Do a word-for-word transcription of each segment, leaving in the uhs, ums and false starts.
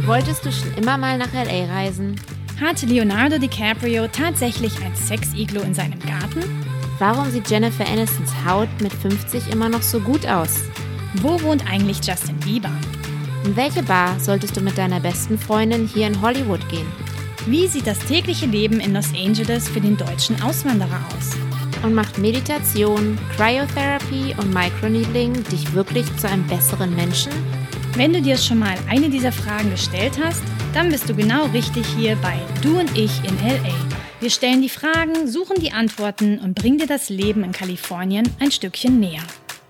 Wolltest du schon immer mal nach L A reisen? Hat Leonardo DiCaprio tatsächlich ein Sex-Iglo in seinem Garten? Warum sieht Jennifer Anistons Haut mit fünfzig immer noch so gut aus? Wo wohnt eigentlich Justin Bieber? In welche Bar solltest du mit deiner besten Freundin hier in Hollywood gehen? Wie sieht das tägliche Leben in Los Angeles für den deutschen Auswanderer aus? Und macht Meditation, Cryotherapy und Microneedling dich wirklich zu einem besseren Menschen? Wenn du dir schon mal eine dieser Fragen gestellt hast, dann bist du genau richtig hier bei Du und ich in L A. Wir stellen die Fragen, suchen die Antworten und bringen dir das Leben in Kalifornien ein Stückchen näher.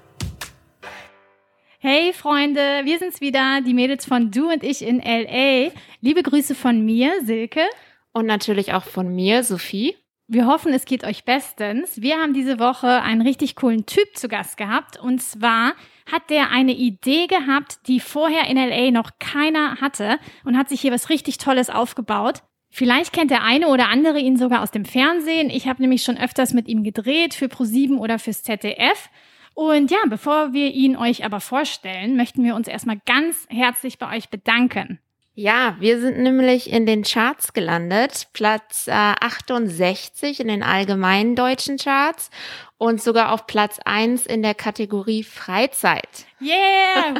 Hey Freunde, wir sind's wieder, die Mädels von Du und ich in L A. Liebe Grüße von mir, Silke. Und natürlich auch von mir, Sophie. Wir hoffen, es geht euch bestens. Wir haben diese Woche einen richtig coolen Typ zu Gast gehabt. Und zwar hat der eine Idee gehabt, die vorher in L A noch keiner hatte und hat sich hier was richtig Tolles aufgebaut. Vielleicht kennt der eine oder andere ihn sogar aus dem Fernsehen. Ich habe nämlich schon öfters mit ihm gedreht für ProSieben oder fürs Z D F. Und ja, bevor wir ihn euch aber vorstellen, möchten wir uns erstmal ganz herzlich bei euch bedanken. Ja, wir sind nämlich in den Charts gelandet, Platz äh, achtundsechzig in den allgemeinen deutschen Charts und sogar auf Platz eins in der Kategorie Freizeit. Yeah!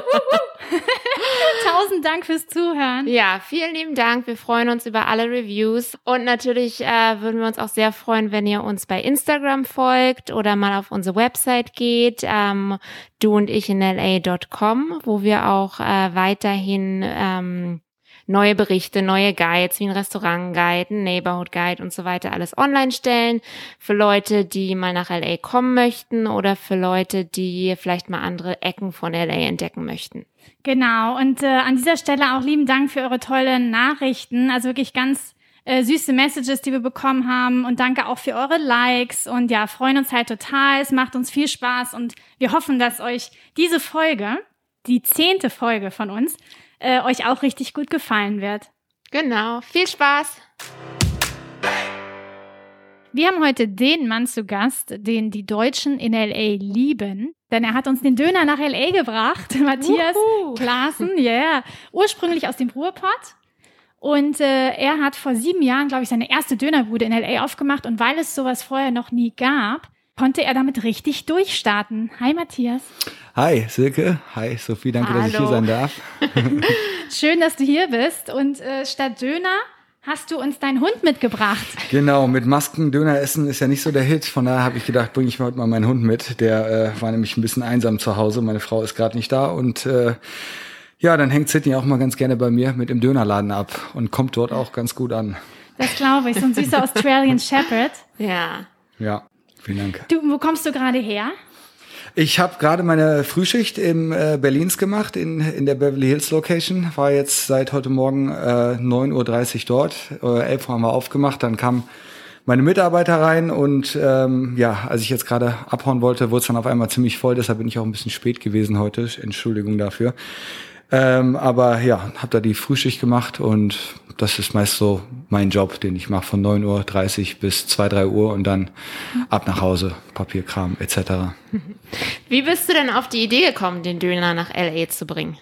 Tausend Dank fürs Zuhören. Ja, vielen lieben Dank. Wir freuen uns über alle Reviews und natürlich äh, würden wir uns auch sehr freuen, wenn ihr uns bei Instagram folgt oder mal auf unsere Website geht, ähm, du und ich in L A Punkt com, wo wir auch äh, weiterhin ähm, neue Berichte, neue Guides wie ein Restaurant-Guide, ein Neighborhood-Guide und so weiter alles online stellen für Leute, die mal nach L A kommen möchten oder für Leute, die vielleicht mal andere Ecken von L A entdecken möchten. Genau, und äh, an dieser Stelle auch lieben Dank für eure tollen Nachrichten, also wirklich ganz äh, süße Messages, die wir bekommen haben und danke auch für eure Likes und ja, freuen uns halt total, es macht uns viel Spaß und wir hoffen, dass euch diese Folge, die zehnte Folge von uns, äh, euch auch richtig gut gefallen wird. Genau, viel Spaß! Wir haben heute den Mann zu Gast, den die Deutschen in L A lieben, denn er hat uns den Döner nach L A gebracht, Matthias Klaassen, yeah, ursprünglich aus dem Ruhrpott. Und äh, er hat vor sieben Jahren, glaube ich, seine erste Dönerbude in L A aufgemacht und weil es sowas vorher noch nie gab, konnte er damit richtig durchstarten. Hi Matthias. Hi Silke, hi Sophie, danke, Hallo. Dass ich hier sein darf. Schön, dass du hier bist und äh, statt Döner hast du uns deinen Hund mitgebracht. Genau, mit Masken Döner essen ist ja nicht so der Hit. Von daher habe ich gedacht, bringe ich mir heute mal meinen Hund mit. Der äh, war nämlich ein bisschen einsam zu Hause. Meine Frau ist gerade nicht da. Und äh, ja, dann hängt Sydney auch mal ganz gerne bei mir mit im Dönerladen ab und kommt dort auch ganz gut an. Das glaube ich, so ein süßer Australian Shepherd. Ja. Ja, vielen Dank. Du, wo kommst du gerade her? Ich habe gerade meine Frühschicht im äh, Berlins gemacht, in in der Beverly Hills Location. War jetzt seit heute Morgen äh, neun Uhr dreißig dort. Äh, elf Uhr haben wir aufgemacht. Dann kamen meine Mitarbeiter rein und ähm, ja, als ich jetzt gerade abhauen wollte, wurde es dann auf einmal ziemlich voll. Deshalb bin ich auch ein bisschen spät gewesen heute. Entschuldigung dafür. Ähm, aber ja, habe da die Frühschicht gemacht und das ist meist so mein Job, den ich mache von neun Uhr dreißig bis zwei, drei Uhr und dann ab nach Hause, Papierkram et cetera. Wie bist du denn auf die Idee gekommen, den Döner nach L A zu bringen?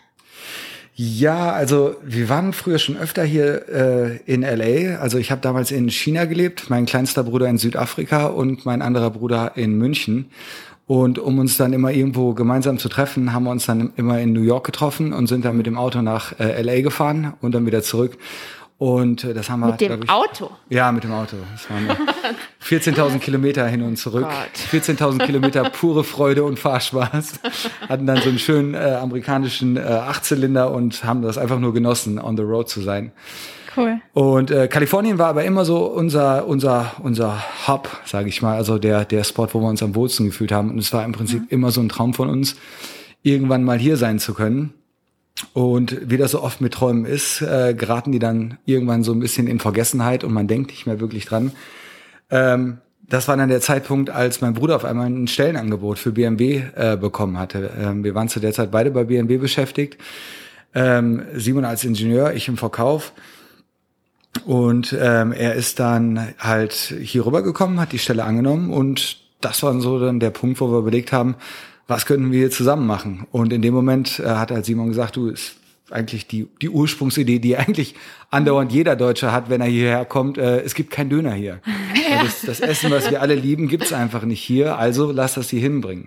Ja, also wir waren früher schon öfter hier äh, in L A. Also ich habe damals in China gelebt, mein kleinster Bruder in Südafrika und mein anderer Bruder in München. Und um uns dann immer irgendwo gemeinsam zu treffen, haben wir uns dann immer in New York getroffen und sind dann mit dem Auto nach äh, L A gefahren und dann wieder zurück. Und äh, das haben wir... Mit dem ich, Auto? Ja, mit dem Auto. Das waren vierzehntausend Kilometer hin und zurück. Gott. vierzehntausend Kilometer pure Freude und Fahrspaß. Hatten dann so einen schönen äh, amerikanischen äh, Achtzylinder und haben das einfach nur genossen, on the road zu sein. Cool. Und äh, Kalifornien war aber immer so unser unser unser Hub, sage ich mal, also der der Spot, wo wir uns am wohlsten gefühlt haben. Und es war im Prinzip mhm. immer so ein Traum von uns, irgendwann mal hier sein zu können. Und wie das so oft mit Träumen ist, äh, geraten die dann irgendwann so ein bisschen in Vergessenheit und man denkt nicht mehr wirklich dran. Ähm, das war dann der Zeitpunkt, als mein Bruder auf einmal ein Stellenangebot für B M W äh, bekommen hatte. Ähm, wir waren zu der Zeit beide bei B M W beschäftigt. Ähm, Simon als Ingenieur, ich im Verkauf. Und ähm, er ist dann halt hier rübergekommen, hat die Stelle angenommen und das war so dann der Punkt, wo wir überlegt haben, was könnten wir zusammen machen? Und in dem Moment äh, hat halt Simon gesagt, du, es eigentlich die, die Ursprungsidee, die eigentlich andauernd jeder Deutsche hat, wenn er hierher kommt. Äh, es gibt keinen Döner hier. Ja. Das, das Essen, was wir alle lieben, gibt's einfach nicht hier. Also lass das hier hinbringen.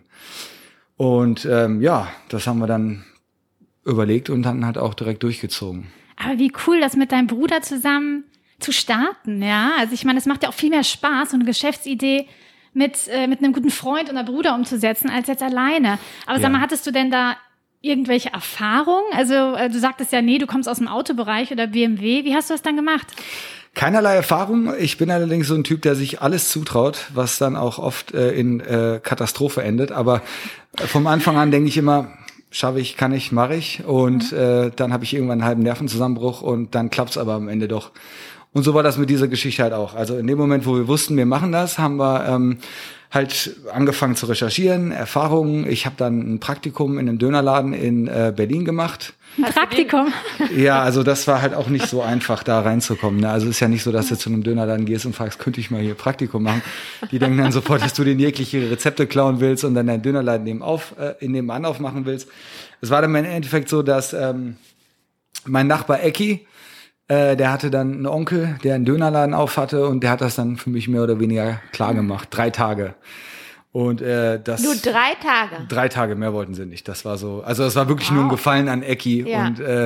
Und ähm, ja, das haben wir dann überlegt und dann halt auch direkt durchgezogen. Aber wie cool, das mit deinem Bruder zusammen zu starten, ja. Also ich meine, es macht ja auch viel mehr Spaß, so eine Geschäftsidee mit, äh, mit einem guten Freund und einem Bruder umzusetzen, als jetzt alleine. Aber ja. Sag mal, hattest du denn da irgendwelche Erfahrungen? Also äh, du sagtest ja, nee, du kommst aus dem Autobereich oder B M W. Wie hast du das dann gemacht? Keinerlei Erfahrung. Ich bin allerdings so ein Typ, der sich alles zutraut, was dann auch oft äh, in äh, Katastrophe endet. Aber vom Anfang an denke ich immer, schaffe ich, kann ich, mache ich. Und mhm. äh, dann habe ich irgendwann einen halben Nervenzusammenbruch und dann klappt's aber am Ende doch. Und so war das mit dieser Geschichte halt auch. Also in dem Moment, wo wir wussten, wir machen das, haben wir ähm, halt angefangen zu recherchieren, Erfahrungen. Ich habe dann ein Praktikum in einem Dönerladen in äh, Berlin gemacht. Ein Praktikum? Ja, also das war halt auch nicht so einfach, da reinzukommen. Ne? Also es ist ja nicht so, dass du zu einem Dönerladen gehst und fragst, könnte ich mal hier Praktikum machen? Die denken dann sofort, dass du den jegliche Rezepte klauen willst und dann deinen Dönerladen nebenauf, äh, in nebenan aufmachen willst. Es war dann im Endeffekt so, dass ähm, mein Nachbar Ecki, Äh, der hatte dann einen Onkel, der einen Dönerladen auf hatte und der hat das dann für mich mehr oder weniger klar gemacht. Drei Tage. Und äh, das nur drei Tage? Drei Tage, mehr wollten sie nicht. Das war so, also es war wirklich wow. nur ein Gefallen an Ecki. Ja. Und äh,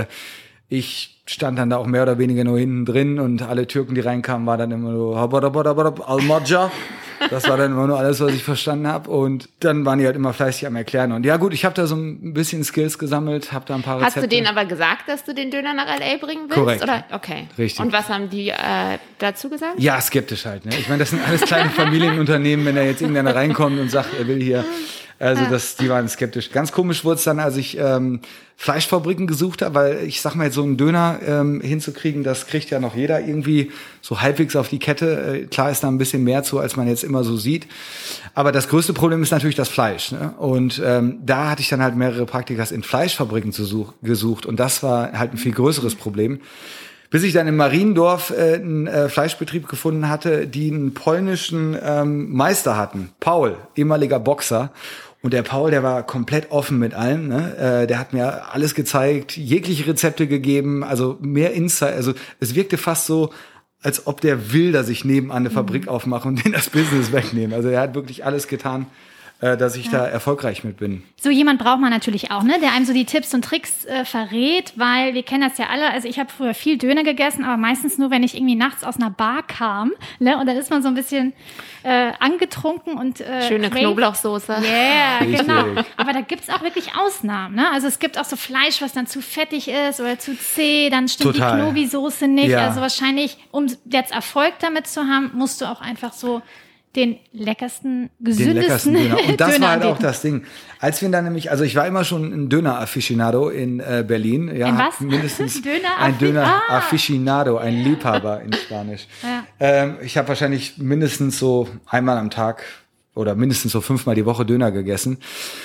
ich stand dann da auch mehr oder weniger nur hinten drin und alle Türken, die reinkamen, war dann immer so Al-Madja. Das war dann immer nur alles, was ich verstanden habe. Und dann waren die halt immer fleißig am Erklären. Und ja gut, ich habe da so ein bisschen Skills gesammelt, habe da ein paar Rezepte. Hast du denen aber gesagt, dass du den Döner nach L A bringen willst? Korrekt. Oder? Okay. Richtig. Und was haben die äh, dazu gesagt? Ja, skeptisch halt. Ne? Ich meine, das sind alles kleine Familienunternehmen, wenn da jetzt irgendeiner reinkommt und sagt, er will hier. Also das, die waren skeptisch. Ganz komisch wurde es dann, als ich ähm, Fleischfabriken gesucht habe, weil ich sag mal, jetzt so einen Döner ähm, hinzukriegen, das kriegt ja noch jeder irgendwie so halbwegs auf die Kette. Äh, klar ist da ein bisschen mehr zu, als man jetzt immer so sieht. Aber das größte Problem ist natürlich das Fleisch. Ne? Und ähm, da hatte ich dann halt mehrere Praktikas in Fleischfabriken zu such- gesucht. Und das war halt ein viel größeres Problem. Bis ich dann in Mariendorf äh, einen äh, Fleischbetrieb gefunden hatte, die einen polnischen ähm, Meister hatten. Paul, ehemaliger Boxer. Und der Paul, der war komplett offen mit allem. Ne? Äh, der hat mir alles gezeigt, jegliche Rezepte gegeben, also mehr Insight. Also es wirkte fast so, als ob der will, dass ich nebenan eine Fabrik mhm. aufmache und den das Business wegnehme. Also er hat wirklich alles getan, äh, dass ich ja. da erfolgreich mit bin. So jemand braucht man natürlich auch, ne, der einem so die Tipps und Tricks äh, verrät, weil wir kennen das ja alle. Also ich habe früher viel Döner gegessen, aber meistens nur, wenn ich irgendwie nachts aus einer Bar kam, ne, und dann ist man so ein bisschen äh, angetrunken und äh, schöne crave. Knoblauchsoße. Ja, yeah, genau. Aber da gibt's auch wirklich Ausnahmen, ne? Also es gibt auch so Fleisch, was dann zu fettig ist oder zu zäh, dann stimmt Total. Die Knobi-Soße nicht. Ja. Also wahrscheinlich, um jetzt Erfolg damit zu haben, musst du auch einfach so den leckersten, gesündesten den leckersten Döner. Und das Döner war halt anbieten. auch das Ding. Als wir dann nämlich, also ich war immer schon ein Döner-Aficionado in äh, Berlin. Ja, ein was? Mindestens Döner ein Döner-Aficionado, ein Liebhaber in Spanisch. Ja. Ähm, ich habe wahrscheinlich mindestens so einmal am Tag oder mindestens so fünfmal die Woche Döner gegessen.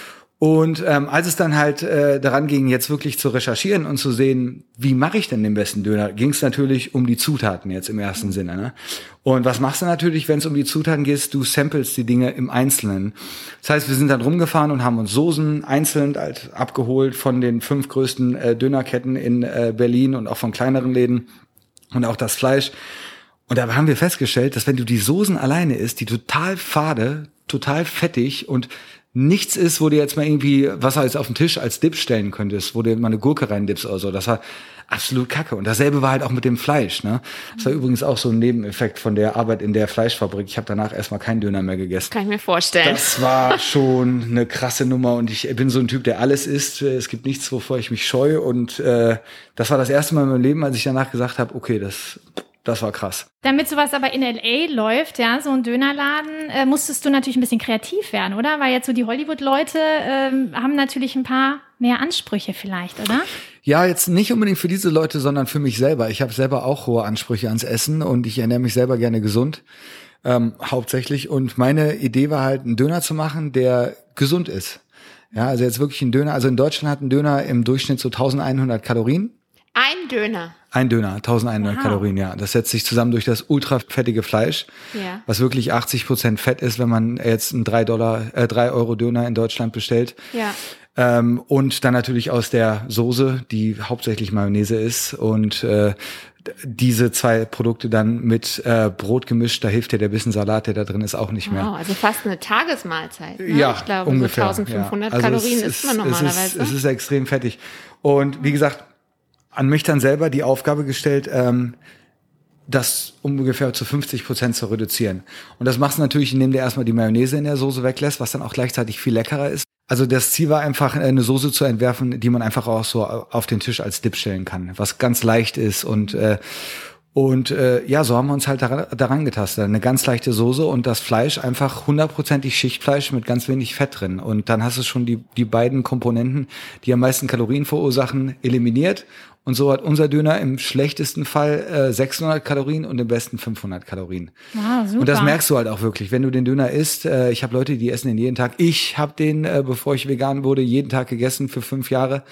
Und ähm, als es dann halt äh, daran ging, jetzt wirklich zu recherchieren und zu sehen, wie mache ich denn den besten Döner, ging es natürlich um die Zutaten jetzt im ersten Sinne. Ne? Und was machst du natürlich, wenn es um die Zutaten geht? Du samplest die Dinge im Einzelnen. Das heißt, wir sind dann rumgefahren und haben uns Soßen einzeln halt abgeholt von den fünf größten äh, Dönerketten in äh, Berlin und auch von kleineren Läden und auch das Fleisch. Und da haben wir festgestellt, dass wenn du die Soßen alleine isst, die total fade, total fettig und nichts ist, wo du jetzt mal irgendwie was als auf den Tisch als Dip stellen könntest, wo du mal eine Gurke reindippst oder so. Das war absolut kacke. Und dasselbe war halt auch mit dem Fleisch. Ne? Das war übrigens auch so ein Nebeneffekt von der Arbeit in der Fleischfabrik. Ich habe danach erstmal keinen Döner mehr gegessen. Kann ich mir vorstellen. Das war schon eine krasse Nummer und ich bin so ein Typ, der alles isst. Es gibt nichts, wovor ich mich scheue. Und äh, das war das erste Mal in meinem Leben, als ich danach gesagt habe, okay, das... Das war krass. Damit sowas aber in L A läuft, ja, so ein Dönerladen, äh, musstest du natürlich ein bisschen kreativ werden, oder? Weil jetzt so die Hollywood-Leute ähm, haben natürlich ein paar mehr Ansprüche vielleicht, oder? Ja, jetzt nicht unbedingt für diese Leute, sondern für mich selber. Ich habe selber auch hohe Ansprüche ans Essen und ich ernähre mich selber gerne gesund, ähm, hauptsächlich. Und meine Idee war halt, einen Döner zu machen, der gesund ist. Ja, also jetzt wirklich ein Döner. Also in Deutschland hat ein Döner im Durchschnitt so eintausendeinhundert Kalorien. Ein Döner? Ein Döner, eintausendeinhundert wow. Kalorien, ja. Das setzt sich zusammen durch das ultrafettige Fleisch, ja. was wirklich achtzig Prozent Fett ist, wenn man jetzt einen drei Dollar, äh, drei Euro Döner in Deutschland bestellt. Ja. Ähm, und dann natürlich aus der Soße, die hauptsächlich Mayonnaise ist. Und äh, diese zwei Produkte dann mit äh, Brot gemischt, da hilft dir der bisschen Salat, der da drin ist, auch nicht mehr. Wow, also fast eine Tagesmahlzeit. Ne? Ja, ich glaube, ungefähr, so eintausendfünfhundert ja. Also Kalorien es isst man ist, normalerweise. Es ist, es ist extrem fettig. Und wie gesagt, an mich dann selber die Aufgabe gestellt, ähm, das ungefähr zu fünfzig Prozent zu reduzieren. Und das machst du natürlich, indem du erstmal die Mayonnaise in der Soße weglässt, was dann auch gleichzeitig viel leckerer ist. Also das Ziel war einfach, eine Soße zu entwerfen, die man einfach auch so auf den Tisch als Dip stellen kann, was ganz leicht ist. Und äh, und äh, ja, so haben wir uns halt daran, daran getastet. Eine ganz leichte Soße und das Fleisch einfach hundertprozentig Schichtfleisch mit ganz wenig Fett drin. Und dann hast du schon die die beiden Komponenten, die am meisten Kalorien verursachen, eliminiert. Und so hat unser Döner im schlechtesten Fall äh, sechshundert Kalorien und im besten fünfhundert Kalorien. Wow, super. Und das merkst du halt auch wirklich, wenn du den Döner isst. Äh, ich habe Leute, die essen den jeden Tag. Ich habe den, äh, bevor ich vegan wurde, jeden Tag gegessen für fünf Jahre.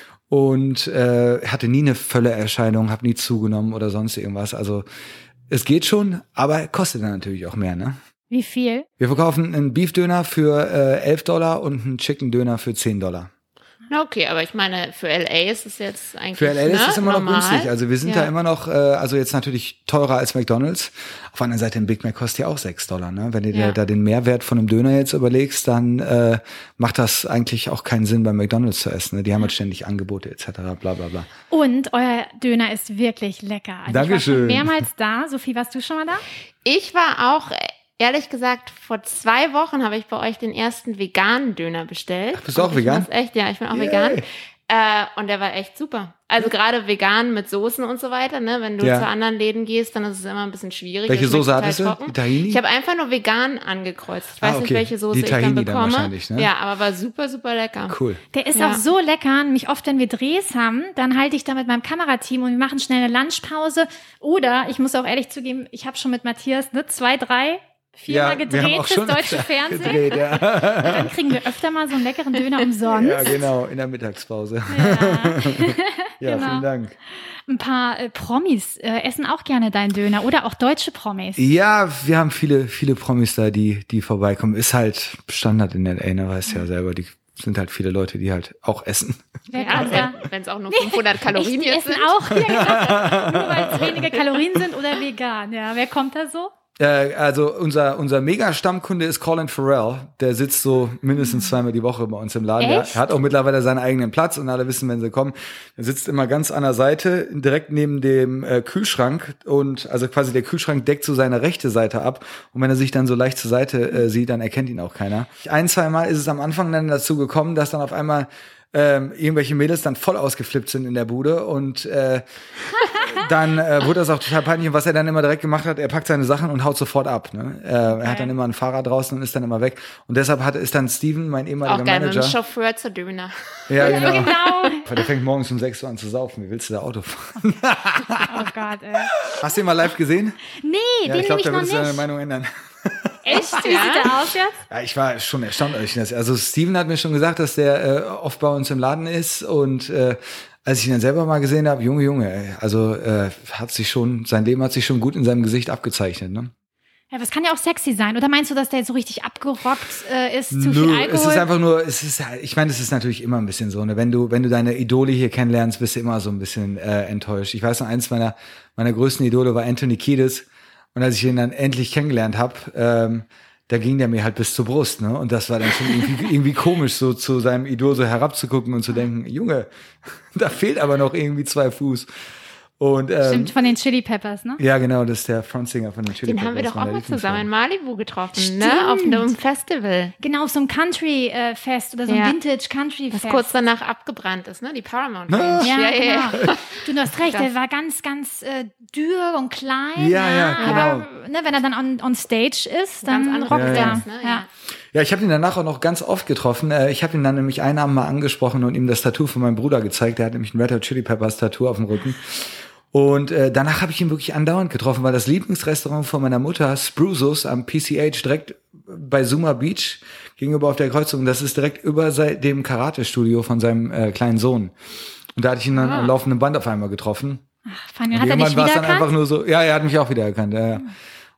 Und äh, hatte nie eine Völleerscheinung, habe nie zugenommen oder sonst irgendwas. Also es geht schon, aber kostet dann natürlich auch mehr, ne? Wie viel? Wir verkaufen einen Beef-Döner für äh, elf Dollar und einen Chicken-Döner für zehn Dollar. Na okay, aber ich meine, für L A ist es jetzt eigentlich Für L A ist ne, es immer normal. noch günstig. Also wir sind ja. da immer noch, äh, also jetzt natürlich teurer als McDonald's. Auf der anderen Seite, ein Big Mac kostet ja auch sechs Dollar. Ne? Wenn du Ja. dir da den Mehrwert von einem Döner jetzt überlegst, dann äh, macht das eigentlich auch keinen Sinn, bei McDonald's zu essen. Ne? Die haben halt ständig Angebote et cetera. Bla bla bla. Und euer Döner ist wirklich lecker. Also Dankeschön. Ich war schon mehrmals da. Sophie, warst du schon mal da? Ich war auch, ehrlich gesagt, vor zwei Wochen habe ich bei euch den ersten veganen Döner bestellt. Ach, bist du auch Und ich vegan? muss Echt, ja, ich bin auch Yay. vegan. Äh, und der war echt super. Also gerade vegan mit Soßen und so weiter, ne? Wenn du Ja. zu anderen Läden gehst, dann ist es immer ein bisschen schwierig. Welche Der schmeckt Soße total hattest du? trocken. Die Tahini? Ich habe einfach nur vegan angekreuzt. Ich weiß Ah, okay. nicht, welche Soße Die ich dann Tahini dann bekomme. wahrscheinlich, ne? Ja, aber war super, super lecker. Cool. Der ist Ja. auch so lecker, nämlich oft, wenn wir Drehs haben, dann halte ich da mit meinem Kamerateam und wir machen schnell eine Lunchpause. Oder, ich muss auch ehrlich zugeben, ich habe schon mit Matthias ne, zwei, drei, viermal Ja, wir haben gedreht auch fürs schon deutsche Fernsehen. gedreht, ja. Und dann kriegen wir öfter mal so einen leckeren Döner umsonst. Ja, genau, in der Mittagspause. Ja, Ja, genau. vielen Dank. Ein paar äh, Promis äh, essen auch gerne deinen Döner oder auch deutsche Promis. Ja, wir haben viele, viele Promis da, die, die vorbeikommen. Ist halt Standard in L A, ne, weißt ja selber, die sind halt viele Leute, die halt auch essen. Wer Ja, kommt da? wenn es auch nur fünfhundert Kalorien Echt, die jetzt essen sind. auch, ja, genau. Nur weil es wenige Kalorien sind oder vegan. Ja, wer kommt da so? Äh, also unser, unser Mega-Stammkunde ist Colin Farrell. Der sitzt so mindestens zweimal die Woche bei uns im Laden. Echt? Der hat auch mittlerweile seinen eigenen Platz und alle wissen, wenn sie kommen. Er sitzt immer ganz an der Seite, direkt neben dem äh, Kühlschrank und also quasi der Kühlschrank deckt so seine rechte Seite ab. Und wenn er sich dann so leicht zur Seite äh, sieht, dann erkennt ihn auch keiner. Ein, zwei Mal ist es am Anfang dann dazu gekommen, dass dann auf einmal ähm, irgendwelche Mädels dann voll ausgeflippt sind in der Bude und äh, dann äh, wurde das auch total peinlich. Und was er dann immer direkt gemacht hat, er packt seine Sachen und haut sofort ab. Ne? Äh, er hat dann immer ein Fahrrad draußen und ist dann immer weg. Und deshalb hat, ist dann Steven, mein ehemaliger Auch geil mit Manager. dem Chauffeur zur Döner. Ja, genau. Genau. Der fängt morgens um sechs Uhr an zu saufen. Wie willst du da Auto fahren? Oh Gott, ey. Hast du ihn mal live gesehen? Nee, Ja, den ich glaube, nehme ich da noch würdest du deine nicht. Meinung ändern. Echt? Wie Ja? sieht der aus jetzt? Ja, ich war schon erstaunt, als ich das. Also Steven hat mir schon gesagt, dass der äh, oft bei uns im Laden ist und äh, als ich ihn dann selber mal gesehen habe, Junge, Junge, ey, also äh, hat sich schon, sein Leben hat sich schon gut in seinem Gesicht abgezeichnet, ne? Ja, das kann ja auch sexy sein. Oder meinst du, dass der jetzt so richtig abgerockt äh, ist, zu Nö, viel Alkohol? es ist einfach nur, es ist, halt- ich meine, es ist natürlich immer ein bisschen so, ne? Wenn du, wenn du deine Idole hier kennenlernst, bist du immer so ein bisschen äh, enttäuscht. Ich weiß noch, eins meiner meiner größten Idole war Anthony Kiedis und als ich ihn dann endlich kennengelernt habe, ähm, da ging der mir halt bis zur Brust, ne? Und das war dann schon irgendwie, irgendwie komisch, so zu seinem Idol so herabzugucken und zu denken, Junge, da fehlt aber noch irgendwie zwei Fuß. Und ähm, Stimmt, von den Chili Peppers, ne? ja, genau, das ist der Frontsänger von den Chili Den Peppers. haben wir doch auch meiner mal zusammen in Lieblingsband. Malibu getroffen, Stimmt. ne? Auf einem Festival. Genau, auf so einem Country-Fest oder so ein Ja. Vintage-Country-Fest. Das kurz danach abgebrannt ist, ne? Die Paramount Ah. Range. Ja, ja, ja, ja. genau. Du, du hast recht, Krass. der war ganz, ganz äh, dürr und klein. Ja, ja, genau. Aber ne, wenn er dann on, on stage ist, dann Ganz andere rockt er. Präsenz, ne? Ja. Ja. Ja, ich habe ihn danach auch noch ganz oft getroffen. Äh, Ich habe ihn dann nämlich einen Abend mal angesprochen und ihm das Tattoo von meinem Bruder gezeigt. Der hat nämlich ein Red Hot Chili Peppers Tattoo auf dem Rücken. Und äh, danach habe ich ihn wirklich andauernd getroffen, weil das Lieblingsrestaurant von meiner Mutter, Sprusos am P C H, direkt bei Zuma Beach, gegenüber auf der Kreuzung, das ist direkt über sei- dem Karate-Studio von seinem äh, kleinen Sohn. Und da hatte ich ihn dann Ah. am laufenden Band auf einmal getroffen. Ach, Fanny, Und hat er nicht irgendwann war es dann einfach wiedererkannt? nur so, ja, er hat mich auch wiedererkannt. Ja, ja.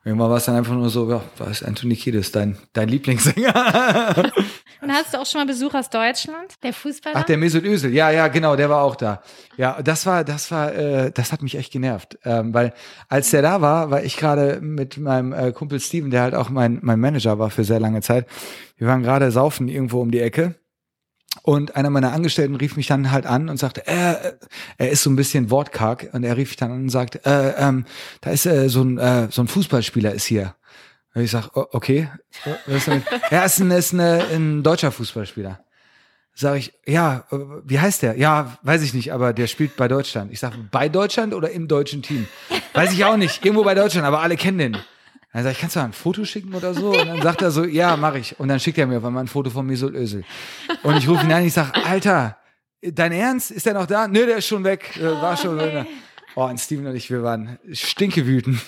Irgendwann war es dann einfach nur so, ja, da ist Anthony Kiedis, dein, dein Lieblingssänger. Und hast du auch schon mal Besuch aus Deutschland, der Fußballer? Ach, der Mesut Özil, ja, ja, genau, der war auch da. Ja, das war, das war, äh, das hat mich echt genervt, ähm, weil als der da war, war ich gerade mit meinem äh, Kumpel Steven, der halt auch mein mein Manager war für sehr lange Zeit. Wir waren gerade saufen irgendwo um die Ecke. Und einer meiner Angestellten rief mich dann halt an und sagte, äh, er ist so ein bisschen wortkarg. Und er rief mich dann an und sagte, äh, ähm, da ist äh, so ein äh, so ein Fußballspieler ist hier. Und ich sag, oh, okay. Was ist damit? Er ist ein, ist eine, ein deutscher Fußballspieler. Sag ich, ja, wie heißt der? Ja, weiß ich nicht, aber der spielt bei Deutschland. Ich sag, bei Deutschland oder im deutschen Team? Weiß ich auch nicht. Irgendwo bei Deutschland, aber alle kennen den. Dann sag ich, kannst du mal ein Foto schicken oder so? Und dann sagt er so, ja, mache ich. Und dann schickt er mir auf einmal ein Foto von Mesut Özil. Und ich rufe ihn an und ich sag, Alter, dein Ernst? Ist der noch da? Nö, der ist schon weg. Der war schon okay. Oh, und Steven und ich, wir waren stinkewütend.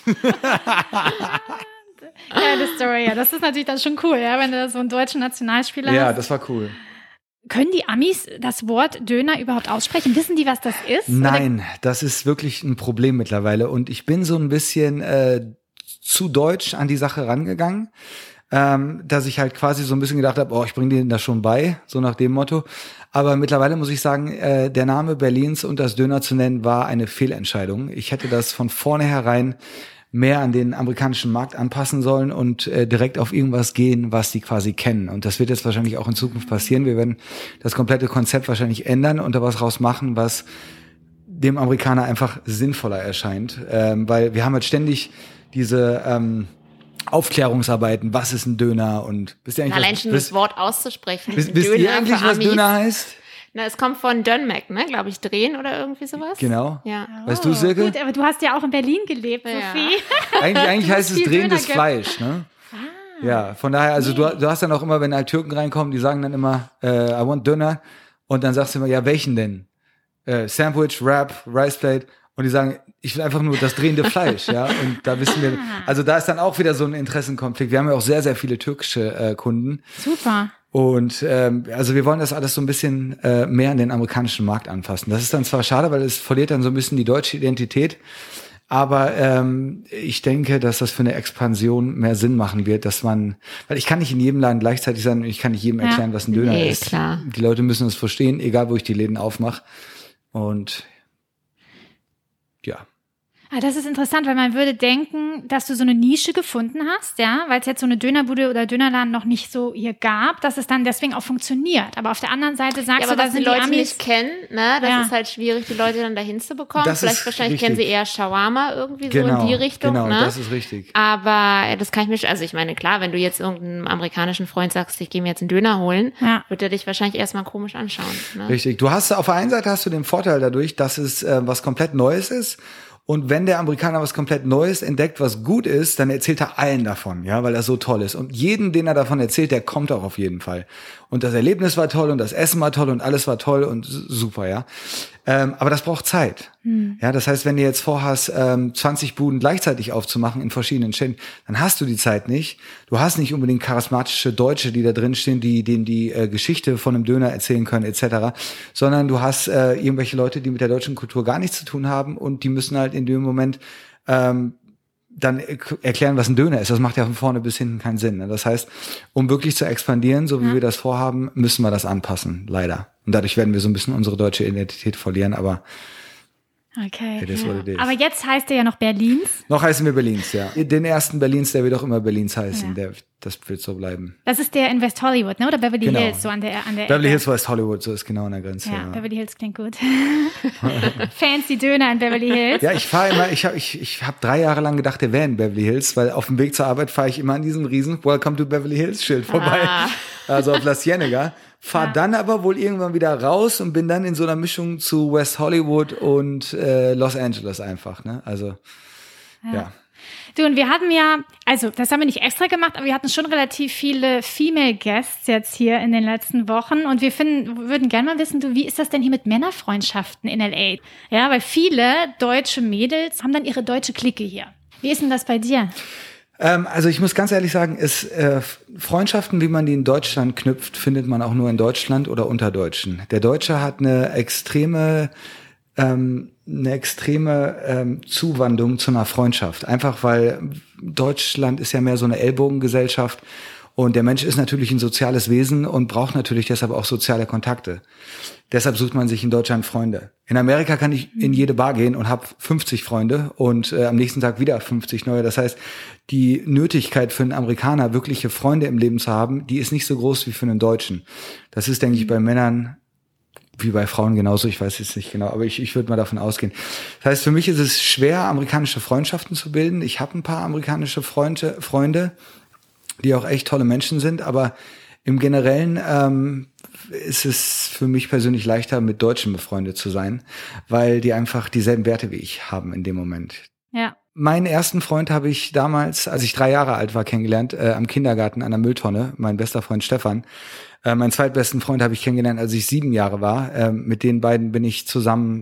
Ja, die Story, ja. Das ist natürlich dann schon cool, ja, wenn du so einen deutschen Nationalspieler ja, hast. Ja, hast. das war cool. Können die Amis das Wort Döner überhaupt aussprechen? Wissen die, was das ist? Nein, oder? Das ist wirklich ein Problem mittlerweile. Und ich bin so ein bisschen äh, zu deutsch an die Sache rangegangen, ähm, dass ich halt quasi so ein bisschen gedacht habe, oh, ich bringe denen das schon bei, so nach dem Motto. Aber mittlerweile muss ich sagen, äh, der Name Berlins und das Döner zu nennen, war eine Fehlentscheidung. Ich hätte das von vornherein mehr an den amerikanischen Markt anpassen sollen und äh, direkt auf irgendwas gehen, was die quasi kennen. Und das wird jetzt wahrscheinlich auch in Zukunft passieren. Wir werden das komplette Konzept wahrscheinlich ändern und da was raus machen, was dem Amerikaner einfach sinnvoller erscheint. Ähm, weil wir haben jetzt ständig diese ähm, Aufklärungsarbeiten, was ist ein Döner und wisst ihr eigentlich, allein was, schon wisst, das Wort auszusprechen. Wisst, wisst ihr eigentlich, was Döner heißt? Na, es kommt von Dönmek, ne, glaube ich, drehen oder irgendwie sowas. Genau. Ja. Weißt du, Silke? Gut, aber du hast ja auch in Berlin gelebt, Ja. Sophie. Eigentlich, eigentlich heißt es viel drehendes Döner Fleisch, ne? Ah. Ja, von daher, also du, du hast dann auch immer, wenn halt Türken reinkommen, die sagen dann immer, äh, I want Döner. Und dann sagst du immer, ja, welchen denn? Äh, Sandwich, Wrap, Rice Plate. Und die sagen, ich will einfach nur das drehende Fleisch, ja. Und da wissen wir, also da ist dann auch wieder so ein Interessenkonflikt. Wir haben ja auch sehr, sehr viele türkische äh, Kunden. Super. Und ähm, also wir wollen das alles so ein bisschen äh, mehr an den amerikanischen Markt anpassen. Das ist dann zwar schade, weil es verliert dann so ein bisschen die deutsche Identität. Aber ähm, ich denke, dass das für eine Expansion mehr Sinn machen wird, dass man, weil ich kann nicht in jedem Laden gleichzeitig sein und ich kann nicht jedem erklären, ja. was ein Döner nee, ist. Klar. Die Leute müssen es verstehen, egal wo ich die Läden aufmache. Und ja. Ah, das ist interessant, weil man würde denken, dass du so eine Nische gefunden hast, ja, weil es jetzt so eine Dönerbude oder Dönerladen noch nicht so hier gab, dass es dann deswegen auch funktioniert. Aber auf der anderen Seite sagst ja, aber du, da was sind die Leute Amis nicht kennen, ne, das ja. ist halt schwierig, die Leute dann dahin zu bekommen. Das Vielleicht ist wahrscheinlich richtig. kennen sie eher Shawarma irgendwie Genau, so in die Richtung, genau, ne? das ist richtig. Aber das kann ich mir, also ich meine, klar, wenn du jetzt irgendeinem amerikanischen Freund sagst, ich gehe mir jetzt einen Döner holen, Ja. wird er dich wahrscheinlich erstmal komisch anschauen. Ne? Richtig. Du hast auf der einen Seite hast du den Vorteil dadurch, dass es äh, was komplett Neues ist. Und wenn der Amerikaner was komplett Neues entdeckt, was gut ist, dann erzählt er allen davon, ja, weil er so toll ist. Und jeden, den er davon erzählt, der kommt auch auf jeden Fall. Und das Erlebnis war toll und das Essen war toll und alles war toll und super, ja. Ähm, aber das braucht Zeit. Hm. Ja, das heißt, wenn du jetzt vorhast, ähm, zwanzig Buden gleichzeitig aufzumachen in verschiedenen Städten, dann hast du die Zeit nicht. Du hast nicht unbedingt charismatische Deutsche, die da drin stehen, die denen die äh, Geschichte von einem Döner erzählen können, et cetera. Sondern du hast äh, irgendwelche Leute, die mit der deutschen Kultur gar nichts zu tun haben und die müssen halt in dem Moment ähm, dann erklären, was ein Döner ist. Das macht ja von vorne bis hinten keinen Sinn. Ne? Das heißt, um wirklich zu expandieren, so wie ja. wir das vorhaben, müssen wir das anpassen, leider. Und dadurch werden wir so ein bisschen unsere deutsche Identität verlieren, aber okay. it is what it is. Aber jetzt heißt er ja noch Berlins. Noch heißen wir Berlins, ja. Den ersten Berlins, der wird auch immer Berlins heißen. Ja. Der, das wird so bleiben. Das ist der in West Hollywood, ne? Oder Beverly Genau. Hills, so an der an der Beverly Ecke. Hills, West Hollywood, so ist genau an der Grenze. Ja, Ja, Beverly Hills klingt gut. Fancy Döner in Beverly Hills. Ja, ich fahre immer, ich habe ich, ich hab drei Jahre lang gedacht, der wäre in Beverly Hills, weil auf dem Weg zur Arbeit fahre ich immer an diesem riesen Welcome to Beverly Hills Schild vorbei. Ah. Also auf La Cienega. Fahr ja. dann aber wohl irgendwann wieder raus und bin dann in so einer Mischung zu West Hollywood und äh, Los Angeles einfach, ne? Also, ja. ja. Du, und wir hatten ja, also das haben wir nicht extra gemacht, aber wir hatten schon relativ viele Female Guests jetzt hier in den letzten Wochen und wir finden, würden gerne mal wissen, du, wie ist das denn hier mit Männerfreundschaften in L A? Ja, weil viele deutsche Mädels haben dann ihre deutsche Clique hier. Wie ist denn das bei dir? Ähm, also ich muss ganz ehrlich sagen, ist, äh, Freundschaften, wie man die in Deutschland knüpft, findet man auch nur in Deutschland oder unter Deutschen. Der Deutsche hat eine extreme ähm, eine extreme ähm, Zuwandlung zu einer Freundschaft. Einfach weil Deutschland ist ja mehr so eine Ellbogengesellschaft und der Mensch ist natürlich ein soziales Wesen und braucht natürlich deshalb auch soziale Kontakte. Deshalb sucht man sich in Deutschland Freunde. In Amerika kann ich in jede Bar gehen und habe fünfzig Freunde und äh, am nächsten Tag wieder fünfzig neue. Das heißt, die Nötigkeit für einen Amerikaner, wirkliche Freunde im Leben zu haben, die ist nicht so groß wie für einen Deutschen. Das ist, denke ich, bei Männern wie bei Frauen genauso. Ich weiß jetzt nicht genau, aber ich, ich würde mal davon ausgehen. Das heißt, für mich ist es schwer, amerikanische Freundschaften zu bilden. Ich habe ein paar amerikanische Freunde, Freunde, die auch echt tolle Menschen sind, aber im Generellen ähm, ist es für mich persönlich leichter, mit Deutschen befreundet zu sein, weil die einfach dieselben Werte wie ich haben in dem Moment. Ja. Meinen ersten Freund habe ich damals, als ich drei Jahre alt war, kennengelernt, äh, am Kindergarten an der Mülltonne, mein bester Freund Stefan. Äh, meinen zweitbesten Freund habe ich kennengelernt, als ich sieben Jahre war. Äh, mit den beiden bin ich zusammen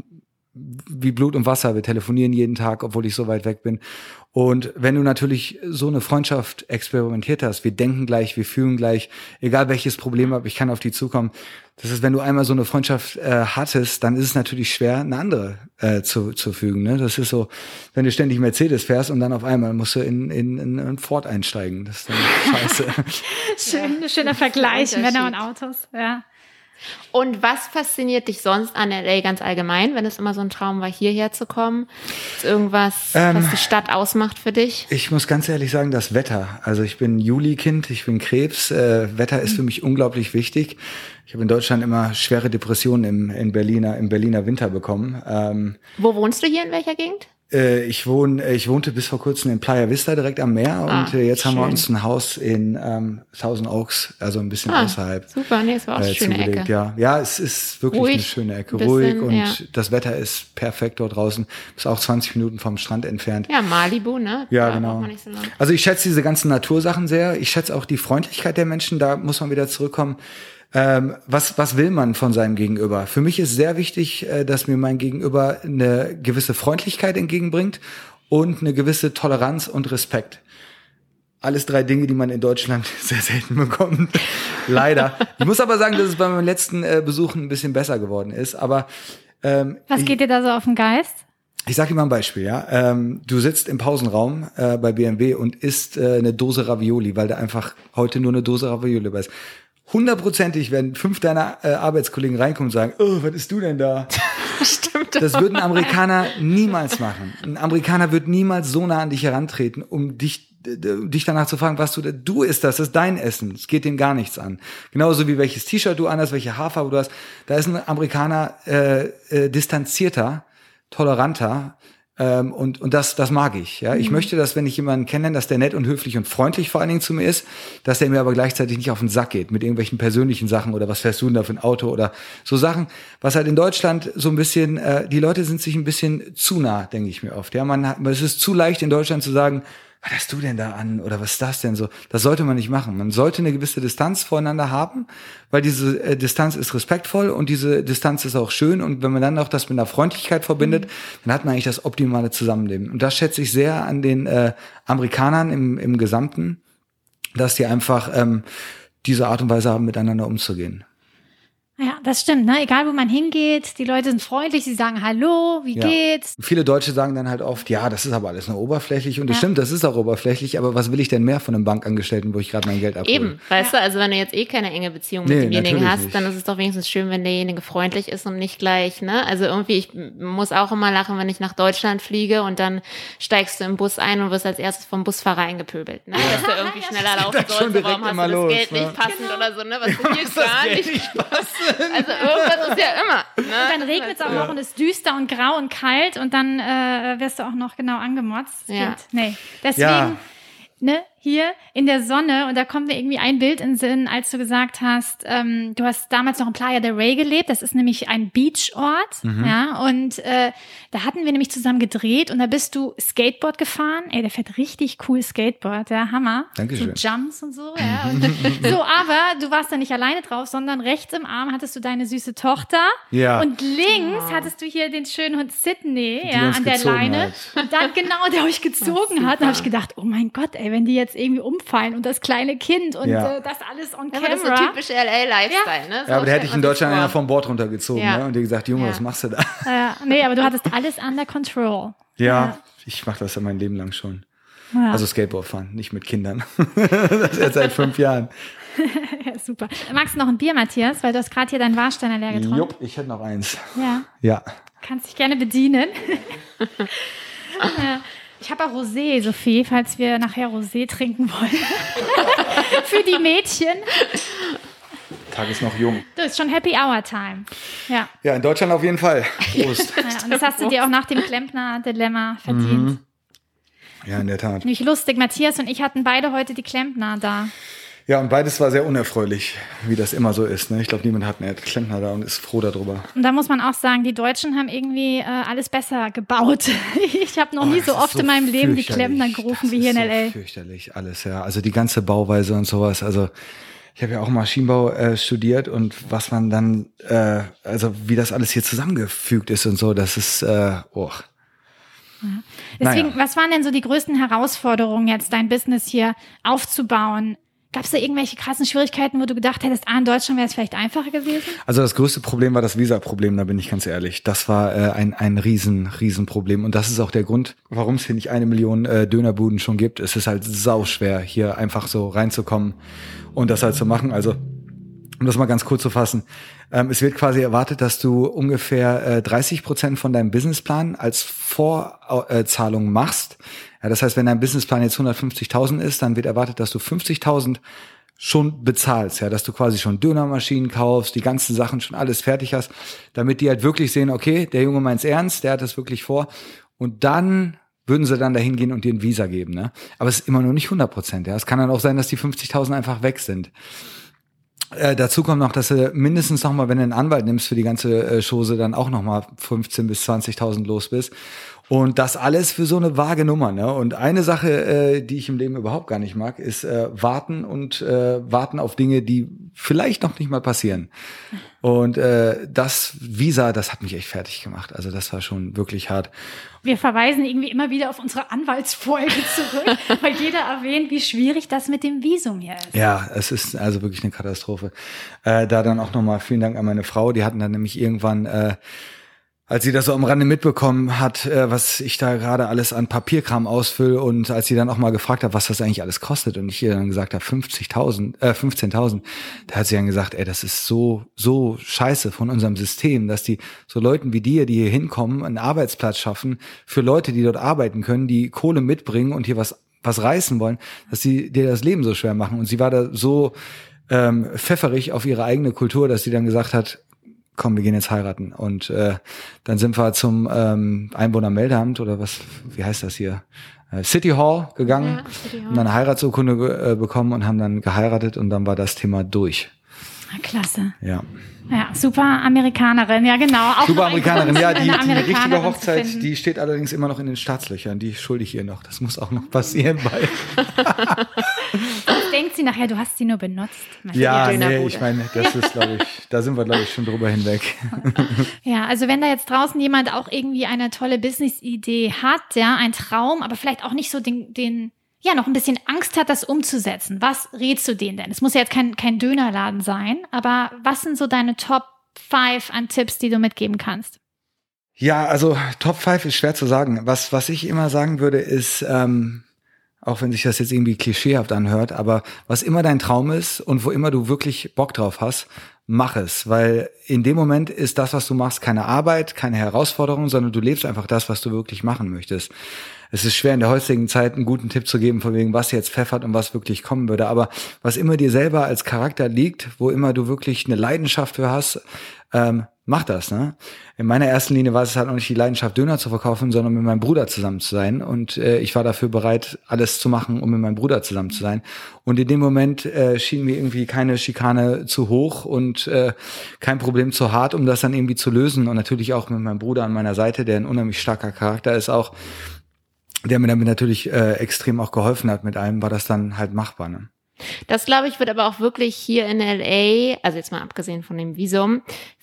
wie Blut und Wasser. Wir telefonieren jeden Tag, obwohl ich so weit weg bin. Und wenn du natürlich so eine Freundschaft experimentiert hast, wir denken gleich, wir fühlen gleich, egal welches Problem habe, ich kann auf die zukommen. Das ist, wenn du einmal so eine Freundschaft äh, hattest, dann ist es natürlich schwer, eine andere äh, zu, zu fügen. Ne? Das ist so, wenn du ständig Mercedes fährst und dann auf einmal musst du in, in, in einen Ford einsteigen. Das ist dann scheiße. Schön, ja. Schöner Vergleich, Männer und Autos, ja. Und was fasziniert dich sonst an L A ganz allgemein, wenn es immer so ein Traum war, hierher zu kommen? Ist irgendwas, ähm, was die Stadt ausmacht für dich? Ich muss ganz ehrlich sagen, das Wetter. Also ich bin Juli-Kind, ich bin Krebs. Äh, Wetter ist für mich unglaublich wichtig. Ich habe in Deutschland immer schwere Depressionen im, in Berliner, im Berliner Winter bekommen. Ähm, Wo wohnst du hier, in welcher Gegend? Ich wohne, ich wohnte bis vor kurzem in Playa Vista direkt am Meer und ah, jetzt schön. haben wir uns ein Haus in ähm, Thousand Oaks, also ein bisschen ah, außerhalb. Super, nee, es war auch eine äh, schöne zugelegt. Ecke. Ja, ja, es ist wirklich ruhig, eine schöne Ecke, bisschen, ruhig und ja. das Wetter ist perfekt dort draußen. Ist auch zwanzig Minuten vom Strand entfernt. Ja, Malibu, ne? Ja, da genau. Nicht so lang. Also ich schätze diese ganzen Natursachen sehr. Ich schätze auch die Freundlichkeit der Menschen. Da muss man wieder zurückkommen. Ähm, was, was will man von seinem Gegenüber? Für mich ist sehr wichtig, äh, dass mir mein Gegenüber eine gewisse Freundlichkeit entgegenbringt und eine gewisse Toleranz und Respekt. Alles drei Dinge, die man in Deutschland sehr selten bekommt. Leider. Ich muss aber sagen, dass es bei meinen letzten äh, Besuchen ein bisschen besser geworden ist. Aber ähm, was geht dir da so auf den Geist? Ich sag dir mal ein Beispiel, ja. Ähm, du sitzt im Pausenraum äh, bei B M W und isst äh, eine Dose Ravioli, weil da einfach heute nur eine Dose Ravioli dabei ist. Hundertprozentig werden fünf deiner äh, Arbeitskollegen reinkommen und sagen, oh, was isst du denn da? Stimmt. Das würden Amerikaner niemals machen. Ein Amerikaner wird niemals so nah an dich herantreten, um dich, d- dich danach zu fragen, was du da, du isst das, das ist dein Essen. Es geht denen gar nichts an. Genauso wie welches T-Shirt du anhast, welche Haarfarbe du hast. Da ist ein Amerikaner äh, äh, distanzierter, toleranter, Ähm, und und das das mag ich. Ja, ich mhm. möchte, dass wenn ich jemanden kenne, dass der nett und höflich und freundlich vor allen Dingen zu mir ist, dass der mir aber gleichzeitig nicht auf den Sack geht mit irgendwelchen persönlichen Sachen oder was fährst du denn da für ein Auto oder so Sachen, was halt in Deutschland so ein bisschen, äh, die Leute sind sich ein bisschen zu nah, denke ich mir oft. Ja, man hat, es ist zu leicht in Deutschland zu sagen, was hast du denn da an oder was ist das denn so? Das sollte man nicht machen. Man sollte eine gewisse Distanz voreinander haben, weil diese äh, Distanz ist respektvoll und diese Distanz ist auch schön und wenn man dann auch das mit einer Freundlichkeit verbindet, mhm. dann hat man eigentlich das optimale Zusammenleben. Und das schätze ich sehr an den äh, Amerikanern im, im Gesamten, dass die einfach ähm, diese Art und Weise haben, miteinander umzugehen. Ja, das stimmt, ne? Egal, wo man hingeht, die Leute sind freundlich, sie sagen Hallo, wie ja. geht's? Viele Deutsche sagen dann halt oft, ja, das ist aber alles nur oberflächlich und das ja. stimmt, das ist auch oberflächlich, aber was will ich denn mehr von einem Bankangestellten, wo ich gerade mein Geld abhole? Eben, weißt ja. du, also wenn du jetzt eh keine enge Beziehung mit nee, demjenigen hast, nicht. Dann ist es doch wenigstens schön, wenn derjenige freundlich ist und nicht gleich, ne? Also irgendwie, ich muss auch immer lachen, wenn ich nach Deutschland fliege und dann steigst du im Bus ein und wirst als erstes vom Busfahrer eingepöbelt, ne? Ja. Dass du irgendwie ja, schneller laufen sollst, warum hast du das los, Geld ne? nicht passend genau. oder so, ne? Was ja, hier gar nicht, nicht passend. Also das ist ja immer. Ne? Und dann regnet es auch ja. noch und ist düster und grau und kalt und dann äh, wirst du auch noch genau angemotzt. Ja. Nee. Deswegen, ja. ne, hier in der Sonne, und da kommt mir irgendwie ein Bild in den Sinn, als du gesagt hast, ähm, du hast damals noch in Playa del Rey gelebt, das ist nämlich ein Beachort, mhm. ja, und äh, da hatten wir nämlich zusammen gedreht und da bist du Skateboard gefahren, ey, der fährt richtig cool Skateboard, ja, Hammer. Dankeschön. So Jumps und so, ja, und so, aber du warst da nicht alleine drauf, sondern rechts im Arm hattest du deine süße Tochter ja. und links wow. hattest du hier den schönen Hund Sydney, die ja, an der Leine hat. Und dann genau, der euch gezogen hat, und da habe ich gedacht, oh mein Gott, ey, wenn die jetzt irgendwie umfallen und das kleine Kind und Ja. äh, das alles on Ja, camera. aber das ist so typisch L A-Lifestyle, ne? So Ja, aber der hätte stellt ich in man sich Deutschland vor. einer vom Board runtergezogen, Ja. ne? Und dir gesagt, Junge, Ja. was machst du da? Ja, nee, aber du hattest alles under control. Ja, ich mache das ja mein Leben lang schon. Ja. Also Skateboard fahren, nicht mit Kindern. Das ist jetzt seit fünf Jahren. Ja, super. Magst du noch ein Bier, Matthias? Weil du hast gerade hier deinen Warsteiner leer getrunken. Jupp, ich hätte noch eins. Ja, Ja. kannst dich gerne bedienen. Ja. Ich habe auch Rosé, Sophie, falls wir nachher Rosé trinken wollen. Für die Mädchen. Tag ist noch jung. Du, ist schon Happy Hour Time. Ja. Ja, in Deutschland auf jeden Fall. Prost. Ja, und das hast du dir auch nach dem Klempner-Dilemma verdient. Ja, in der Tat. Nämlich lustig, Matthias und ich hatten beide heute die Klempner da. Ja, und beides war sehr unerfreulich, wie das immer so ist. Ne? Ich glaube, niemand hat einen Klempner da und ist froh darüber. Und da muss man auch sagen, die Deutschen haben irgendwie äh, alles besser gebaut. Ich habe noch Oh, nie das so ist oft in meinem Leben die fürchterlich. Klempner gerufen Das wie hier ist in L A. So fürchterlich alles, ja. Also die ganze Bauweise und sowas. Also ich habe ja auch Maschinenbau äh, studiert und was man dann, äh, also wie das alles hier zusammengefügt ist und so, das ist, äh, oh. Deswegen, Naja. was waren denn so die größten Herausforderungen jetzt, dein Business hier aufzubauen? Gab es da irgendwelche krassen Schwierigkeiten, wo du gedacht hättest, ah, in Deutschland wäre es vielleicht einfacher gewesen? Also das größte Problem war das Visa-Problem, da bin ich ganz ehrlich. Das war äh, ein ein riesen, riesen Problem. Und das ist auch der Grund, warum es hier nicht eine Million äh, Dönerbuden schon gibt. Es ist halt sauschwer, hier einfach so reinzukommen und das halt zu machen. Also um das mal ganz kurz zu fassen. Ähm, es wird quasi erwartet, dass du ungefähr äh, dreißig Prozent von deinem Businessplan als Vorzahlung machst. Ja, das heißt, wenn dein Businessplan jetzt hundertfünfzigtausend ist, dann wird erwartet, dass du fünfzigtausend schon bezahlst, ja, dass du quasi schon Dönermaschinen kaufst, die ganzen Sachen schon alles fertig hast, damit die halt wirklich sehen, okay, der Junge meint's ernst, der hat das wirklich vor. Und dann würden sie dann dahin gehen und dir ein Visa geben, ne? Aber es ist immer noch nicht hundert Prozent, ja. Es kann dann auch sein, dass die fünfzigtausend einfach weg sind. Äh, dazu kommt noch, dass du mindestens noch mal, wenn du einen Anwalt nimmst für die ganze äh, Chose, dann auch noch mal fünfzehntausend bis zwanzigtausend los bist. Und das alles für so eine vage Nummer, ne? Und eine Sache, äh, die ich im Leben überhaupt gar nicht mag, ist äh, warten und äh, warten auf Dinge, die vielleicht noch nicht mal passieren. Und äh, das Visa, das hat mich echt fertig gemacht. Also das war schon wirklich hart. Wir verweisen irgendwie immer wieder auf unsere Anwaltsfolge zurück, weil jeder erwähnt, wie schwierig das mit dem Visum hier ist. Ja, es ist also wirklich eine Katastrophe. Äh, da dann auch nochmal vielen Dank an meine Frau. Die hatten dann nämlich irgendwann, äh, als sie das so am Rande mitbekommen hat, äh, was ich da gerade alles an Papierkram ausfülle und als sie dann auch mal gefragt hat, was das eigentlich alles kostet und ich ihr dann gesagt habe, fünfzigtausend, äh, fünfzehntausend, da hat sie dann gesagt, ey, das ist so, so scheiße von unserem System, dass die so Leuten wie dir, die hier hinkommen, einen Arbeitsplatz schaffen für Leute, die dort arbeiten können, die Kohle mitbringen und hier was, was reißen wollen, dass sie dir das Leben so schwer machen. Und sie war da so ähm, pfefferig auf ihre eigene Kultur, dass sie dann gesagt hat, komm, wir gehen jetzt heiraten. Und äh, dann sind wir zum ähm, Einwohnermeldeamt oder was, wie heißt das hier? Äh, City Hall gegangen, Ja, City Hall. haben dann eine Heiratsurkunde ge- äh, bekommen und haben dann geheiratet und dann war das Thema durch. Ah, klasse. Ja. Ja, super Amerikanerin, ja genau. Auch Super noch ein Amerikanerin, Grund, ja, eine die, die Amerikanerin richtige zu Hochzeit, finden. die steht allerdings immer noch in den Startlöchern, die schulde ich ihr noch. Das muss auch noch passieren, weil Was denkt sie nachher, du hast sie nur benutzt? ja, nee, Dönerbude. ich meine, das ist, glaube ich, da sind wir, glaube ich, schon drüber hinweg. Ja, also wenn da jetzt draußen jemand auch irgendwie eine tolle Business-Idee hat, ja, ein Traum, aber vielleicht auch nicht so den, den, ja, noch ein bisschen Angst hat, das umzusetzen. Was rätst du denen denn? Es muss ja jetzt kein, kein Dönerladen sein, aber was sind so deine Top fünf an Tipps, die du mitgeben kannst? Ja, also Top fünf ist schwer zu sagen. Was, was ich immer sagen würde, ist, ähm, auch wenn sich das jetzt irgendwie klischeehaft anhört, aber was immer dein Traum ist und wo immer du wirklich Bock drauf hast, mach es. Weil in dem Moment ist das, was du machst, keine Arbeit, keine Herausforderung, sondern du lebst einfach das, was du wirklich machen möchtest. Es ist schwer in der heutigen Zeit einen guten Tipp zu geben, von wegen, was jetzt pfeffert und was wirklich kommen würde. Aber was immer dir selber als Charakter liegt, wo immer du wirklich eine Leidenschaft für hast, ähm, mach das, ne? In meiner ersten Linie war es halt noch nicht die Leidenschaft, Döner zu verkaufen, sondern mit meinem Bruder zusammen zu sein. Und äh, ich war dafür bereit, alles zu machen, um mit meinem Bruder zusammen zu sein. Und in dem Moment äh, schien mir irgendwie keine Schikane zu hoch und äh, kein Problem zu hart, um das dann irgendwie zu lösen. Und natürlich auch mit meinem Bruder an meiner Seite, der ein unheimlich starker Charakter ist, auch der mir damit natürlich äh, extrem auch geholfen hat. Mit allem war das dann halt machbar, ne? Das, glaube ich, wird aber auch wirklich hier in L A, also jetzt mal abgesehen von dem Visum,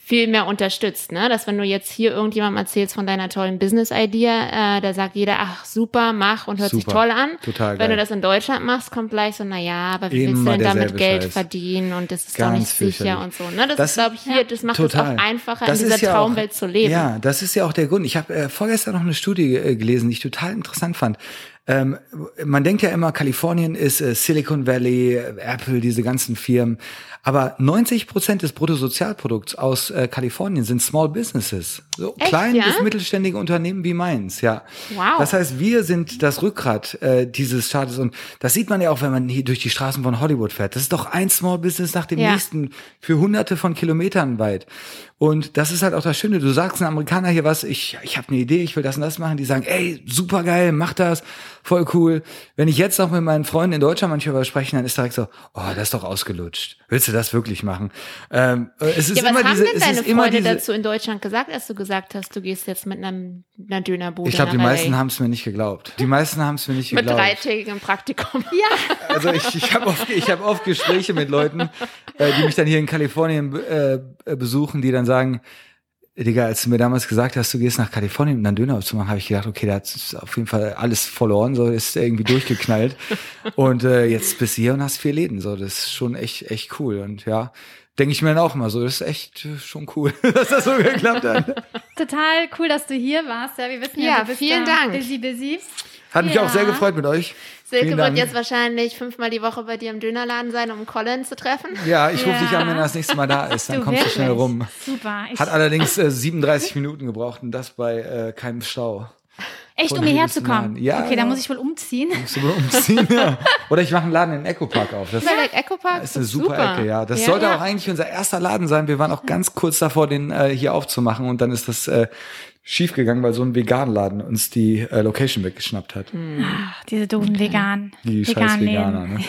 viel mehr unterstützt, ne? Dass wenn du jetzt hier irgendjemandem erzählst von deiner tollen Business-Idea, äh, da sagt jeder, ach super, mach und hört Super. sich toll an. Total Wenn geil. du das in Deutschland machst, kommt gleich so, na ja, aber wie Immer willst du denn damit derselbe Geld Scheiß. verdienen und das ist Ganz doch nicht sicher fürchterlich. und so, ne? Das, Das- ist, glaube ich, hier, das macht es Total. auch einfacher, Das in dieser ist ja auch- Traumwelt zu leben. Ja, das ist ja auch der Grund. Ich habe äh, vorgestern noch eine Studie äh, gelesen, die ich total interessant fand. Ähm, man denkt ja immer, Kalifornien ist äh, Silicon Valley, äh, Apple, diese ganzen Firmen. Aber neunzig Prozent des Bruttosozialprodukts aus äh, Kalifornien sind Small Businesses. So Echt, klein ja? bis mittelständige Unternehmen wie meins, ja. Wow. Das heißt, wir sind das Rückgrat äh, dieses Staates. Und das sieht man ja auch, wenn man hier durch die Straßen von Hollywood fährt. Das ist doch ein Small Business nach dem Ja. nächsten für hunderte von Kilometern weit. Und das ist halt auch das Schöne. Du sagst einem Amerikaner hier was, ich, ich habe eine Idee, ich will das und das machen. Die sagen, ey, super geil, mach das, voll cool. Wenn ich jetzt noch mit meinen Freunden in Deutschland manchmal darüber spreche, dann ist direkt so, oh, das ist doch ausgelutscht. Willst du das wirklich machen? Ähm, es ist Ja, was immer haben diese, denn es deine ist immer Freunde diese, dazu in Deutschland gesagt, als du gesagt hast, du gehst jetzt mit einem, einer Dönerbude ich glaube, die nach meisten L A? haben es mir nicht geglaubt. Die meisten haben es mir nicht Mit geglaubt. dreitägigem Praktikum. Also ich, ich habe oft, ich hab oft Gespräche mit Leuten, äh, die mich dann hier in Kalifornien äh, besuchen, die dann sagen, Digga, als du mir damals gesagt hast, du gehst nach Kalifornien, um dann Döner zu machen, habe ich gedacht, okay, da ist auf jeden Fall alles verloren, so ist irgendwie durchgeknallt. Und äh, jetzt bist du hier und hast vier Läden, so das ist schon echt echt cool. Und ja, denke ich mir dann auch immer so, das ist echt äh, schon cool, dass das so geklappt hat. Total cool, dass du hier warst. Ja, wir wissen ja, Ja, du bist vielen da Dank. busy, busy. Hat mich Ja. auch sehr gefreut mit euch. Silke Vielen wird Dank. jetzt wahrscheinlich fünfmal die Woche bei dir im Dönerladen sein, um Colin zu treffen. Ja, ich rufe Ja. dich an, wenn er das nächste Mal da ist, dann Du kommst du wirklich. schnell rum. Super. Ich, Hat allerdings äh, siebenunddreißig Minuten gebraucht und das bei äh, keinem Stau. echt, von um hier hierher bis zu zum kommen. Laden. Ja, okay, ja. dann muss ich wohl umziehen. Musst du wohl umziehen, ja. Oder ich mache einen Laden in Echo Park auf. Das Bei der Echo Park ist eine super, Ecke, ja. Das Ja, sollte ja. auch eigentlich unser erster Laden sein. Wir waren auch ganz kurz davor, den äh, hier aufzumachen und dann ist das äh, schief gegangen, weil so ein Vegan-Laden uns die äh, Location weggeschnappt hat. Ach, diese doofen Veganen. Die scheiß Veganen Veganer, Läden.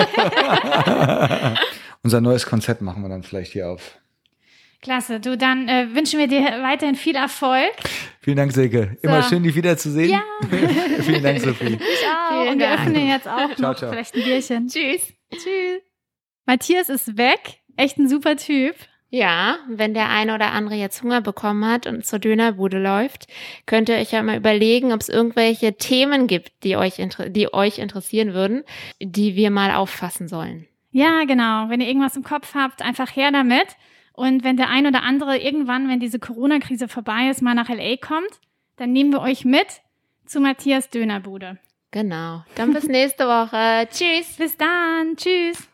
ne? Unser neues Konzept machen wir dann vielleicht hier auf. Klasse. Du, dann äh, wünschen wir dir weiterhin viel Erfolg. Vielen Dank, Silke. Immer So. schön, dich wiederzusehen. Ja. Vielen Dank, Sophie. Ich auch. Vielen Und wir Dank. öffnen jetzt auch Ciao, noch ciao. vielleicht ein Bierchen. Tschüss. Tschüss. Matthias ist weg. Echt ein super Typ. Ja, wenn der eine oder andere jetzt Hunger bekommen hat und zur Dönerbude läuft, könnt ihr euch ja mal überlegen, ob es irgendwelche Themen gibt, die euch, inter- die euch interessieren würden, die wir mal auffassen sollen. Ja, genau. Wenn ihr irgendwas im Kopf habt, einfach her damit. Und wenn der ein oder andere irgendwann, wenn diese Corona-Krise vorbei ist, mal nach L A kommt, dann nehmen wir euch mit zu Matthias Dönerbude. Genau. Dann bis nächste Woche. Tschüss. Bis dann. Tschüss.